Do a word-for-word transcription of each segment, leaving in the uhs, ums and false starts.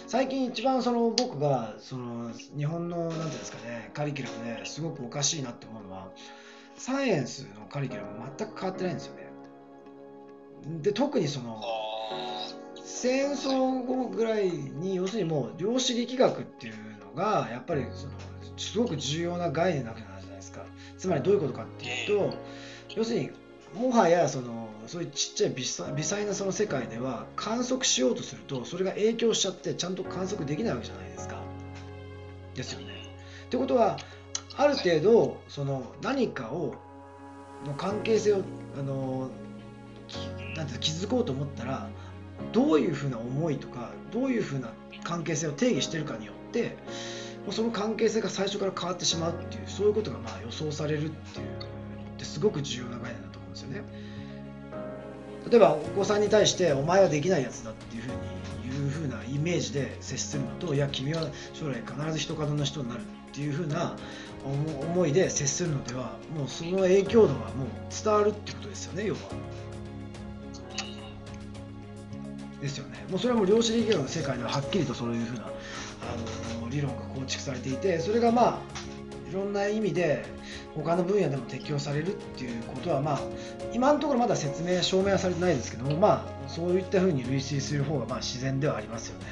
最近一番その僕がその日本のなんていうんですかね、カリキュラムですごくおかしいなって思うのは、サイエンスのカリキュラム全く変わってないんですよね。で、特にそのあ戦あ、はい。 争後ぐらいに、要するにもう量子力学っていうのがやっぱりそのすごく重要な概念なわけじゃないですか。つまりどういうことかっていうと、 え要するにもはやそのそういうちっちゃい微細微細なその世界では観測しようとするとそれが影響しちゃってちゃんと観測できないわけじゃないですか。ですえ、うよね。 ん、 ってことはあるはい。 程度その何かをの関係性をあのなんていう気づこうと思ったらどういうふうな思いとかどういうふうな関係性を定義してるかによってもうその関係性が最初から変わってしまうっていうそういうことがまあ予想されるっていうのってすごく重要な概念だと思うんですよね。例えばお子さんに対してお前はできないやつだっていうふうにいうふうなイメージで接するのといや君は将来必ず人角の人になるっていうふうな思いで接するのではもうその影響度はもう伝わるってことですよね要は。ですよね。もうそれはもう量子力学の世界でははっきりとそういうふうなあの理論が構築されていてそれがまあいろんな意味で他の分野でも適用されるっていうことはまあ今のところまだ説明証明はされてないですけどもまあそういったふうに類推する方がまあ自然ではありますよね。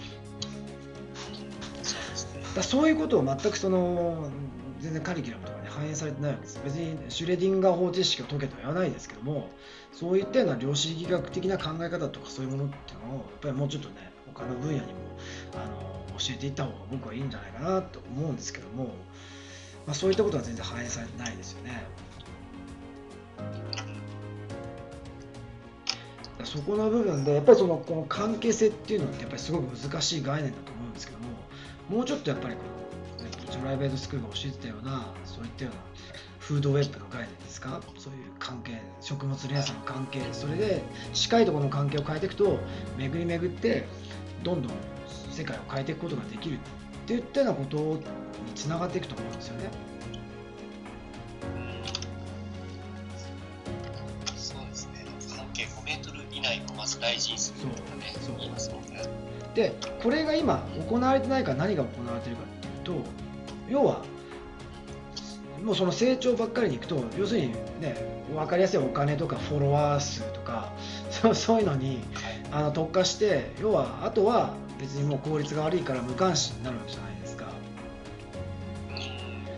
そうですね。 だそういうことを全くその全然カリキュラムとかに反映されてないわけです。別にシュレディンガー方程式を解けとは言わないですけどもそういったような量子力学的な考え方とかそういうものっていうのをやっぱりもうちょっとね他の分野にもあの教えていった方が僕はいいんじゃないかなと思うんですけども、まあ、そういったことは全然反映されてないですよね。そこの部分でやっぱりそのこの関係性っていうのってやっぱりすごく難しい概念だと思うんですけどももうちょっとやっぱりこの、ね、ジョライベイトスクールが教えてたようなそういったようなフードウェッブの概念ですかそういう関係食物連はい。 鎖の関係それで近いところの関係を変えていくと巡り巡ってどんどん世界を変えていくことができるっていったようなことにつながっていくと思うんですよね。 うん、そうですね。半径ごメートル以内をまず大事にするそうとかね、 そう言いますもんね。 でこれが今行われてないから何が行われているかっていうと要はもうその成長ばっかりにいくと要するにね分かりやすいお金とかフォロワー数とかそうそういうのにはい。 あの特化して要はあとは別にもう効率が悪いから無関心になるわけじゃないですか。 うん、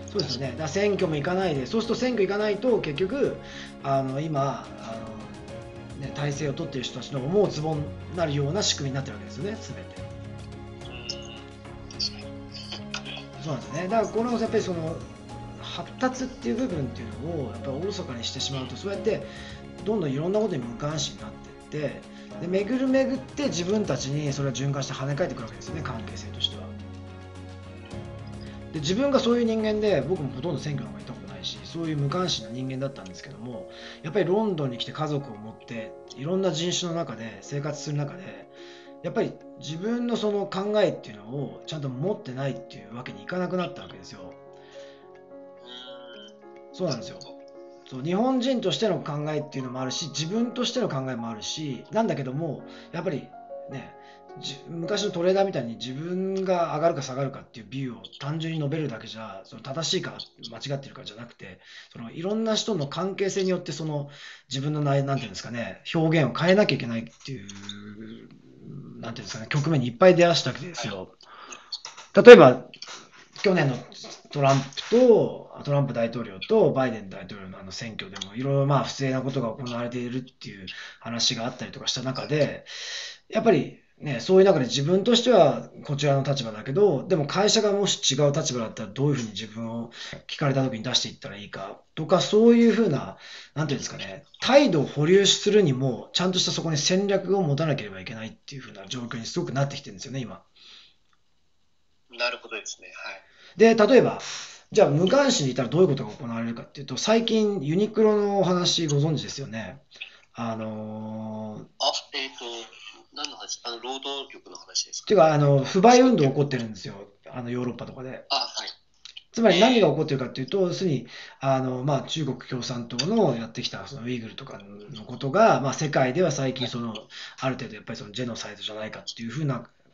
そうですよね。だ確かに。 から選挙も行かないでそうすると選挙行かないと結局あの今あの、ね、体制を取っている人たちの思うツボになるような仕組みになってるわけですよね全て。 うん、確かに。 そうなんですね。だからこのやっぱりその発達っていう部分っていうのをやっぱりおろそかにしてしまうとそうやってどんどんいろんなことに無関心になっていってで巡る巡って自分たちにそれが循環して跳ね返ってくるわけですよね関係性としては。で自分がそういう人間で僕もほとんど選挙なんか行ったことないしそういう無関心な人間だったんですけどもやっぱりロンドンに来て家族を持っていろんな人種の中で生活する中でやっぱり自分のその考えっていうのをちゃんと持ってないっていうわけにいかなくなったわけですよ。 うん、 そうなんですよ。 なるほど。 そう日本人としての考えっていうのもあるし自分としての考えもあるしなんだけどもやっぱりね昔のトレーダーみたいに自分が上がるか下がるかっていうビューを単純に述べるだけじゃその正しいか間違ってるかじゃなくてそのいろんな人の関係性によってその自分の内なんていうんですかね表現を変えなきゃいけないっていうなんていうんですかね局面にいっぱい出会したわけですはい。 よ。例えば去年のトランプと、トランプ大統領とバイデン大統領のあの選挙でもいろいろまあ不正なことが行われているっていう話があったりとかした中はい。 で、やっぱりね、そういう中で自分としてはこちらの立場だけど、でも会社がもし違う立場だったらどういうふうに自分を聞かれた時に出していったらいいかとか、そういうふうな、なんていうんですかね、態度を保留するにも、ちゃんとしたそこに戦略を持たなければいけないっていうふうな状況にすごくなってきてるんですよね、今。 なるほどですね。はい。 で、例えば、じゃあ無関心でいたらどういうことが行われるかっていうと、最近ユニクロのお話ご存知ですよね。あのー、っあ、えっと、何の話、あの、労働力の話ですか？ ていうか、あの、 えっと、 不買確か結構、 運動起こってるんですよ。あの、ヨーロッパとかで。 あ、はい。 つまり何が起えこってるかっていうと、要するに、あの、まあ、中国共産党のやってきた、そのウイグルとかのことが、まあ、世界では最ー、はい。 近その、ある程度やっぱりそのジェノサイドじゃないかっていうふうな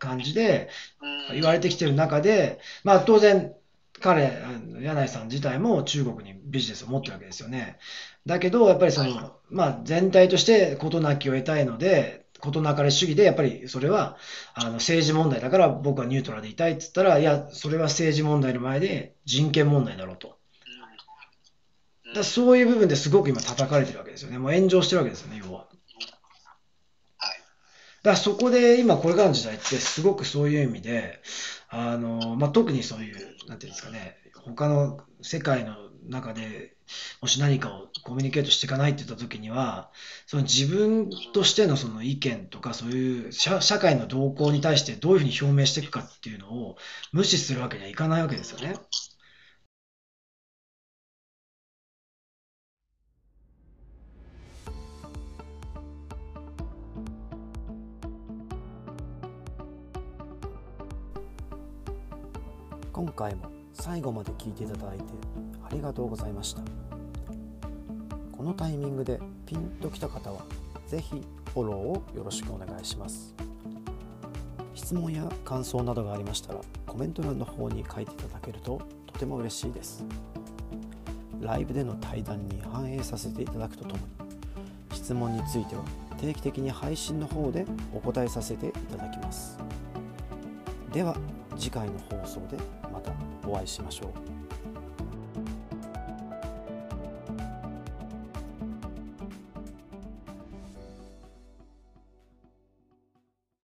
感じでうん言われてきてる中で、まあ当然彼、あの柳井さん自体も中国にビジネスを持ってるわけですよね。だけどやっぱりそはい。 の、まあ全体として事なきを得たいので、事なかれ主義でやっぱりそれはあの政治問題だから僕はニュートラルでいたいって言ったら、いや、それは政治問題の前で人権問題だろうと。だかうん。うん。 らそういう部分ですごく今叩かれてるわけですよね。もう炎上してるわけですよね、要は。 はい。 だからそこで今これからの時代ってすごくそういう意味で、あの、まあ、特にそういう、なんていうんですかね、他の世界の中でもし何かをコミュニケートしていかないって言った時には、その自分としてのその意見とかそういう社、社会の動向に対してどういうふうに表明していくかっていうのを無視するわけにはいかないわけですよね。 今回も最後まで聞いていただいてありがとうございました。このタイミングでピンときた方はぜひフォローをよろしくお願いします。質問や感想などがありましたらコメント欄の方に書いていただけるととても嬉しいです。ライブでの対談に反映させていただくとともに、質問については定期的に配信の方でお答えさせていただきます。では次回の放送でまたお会いしましょう。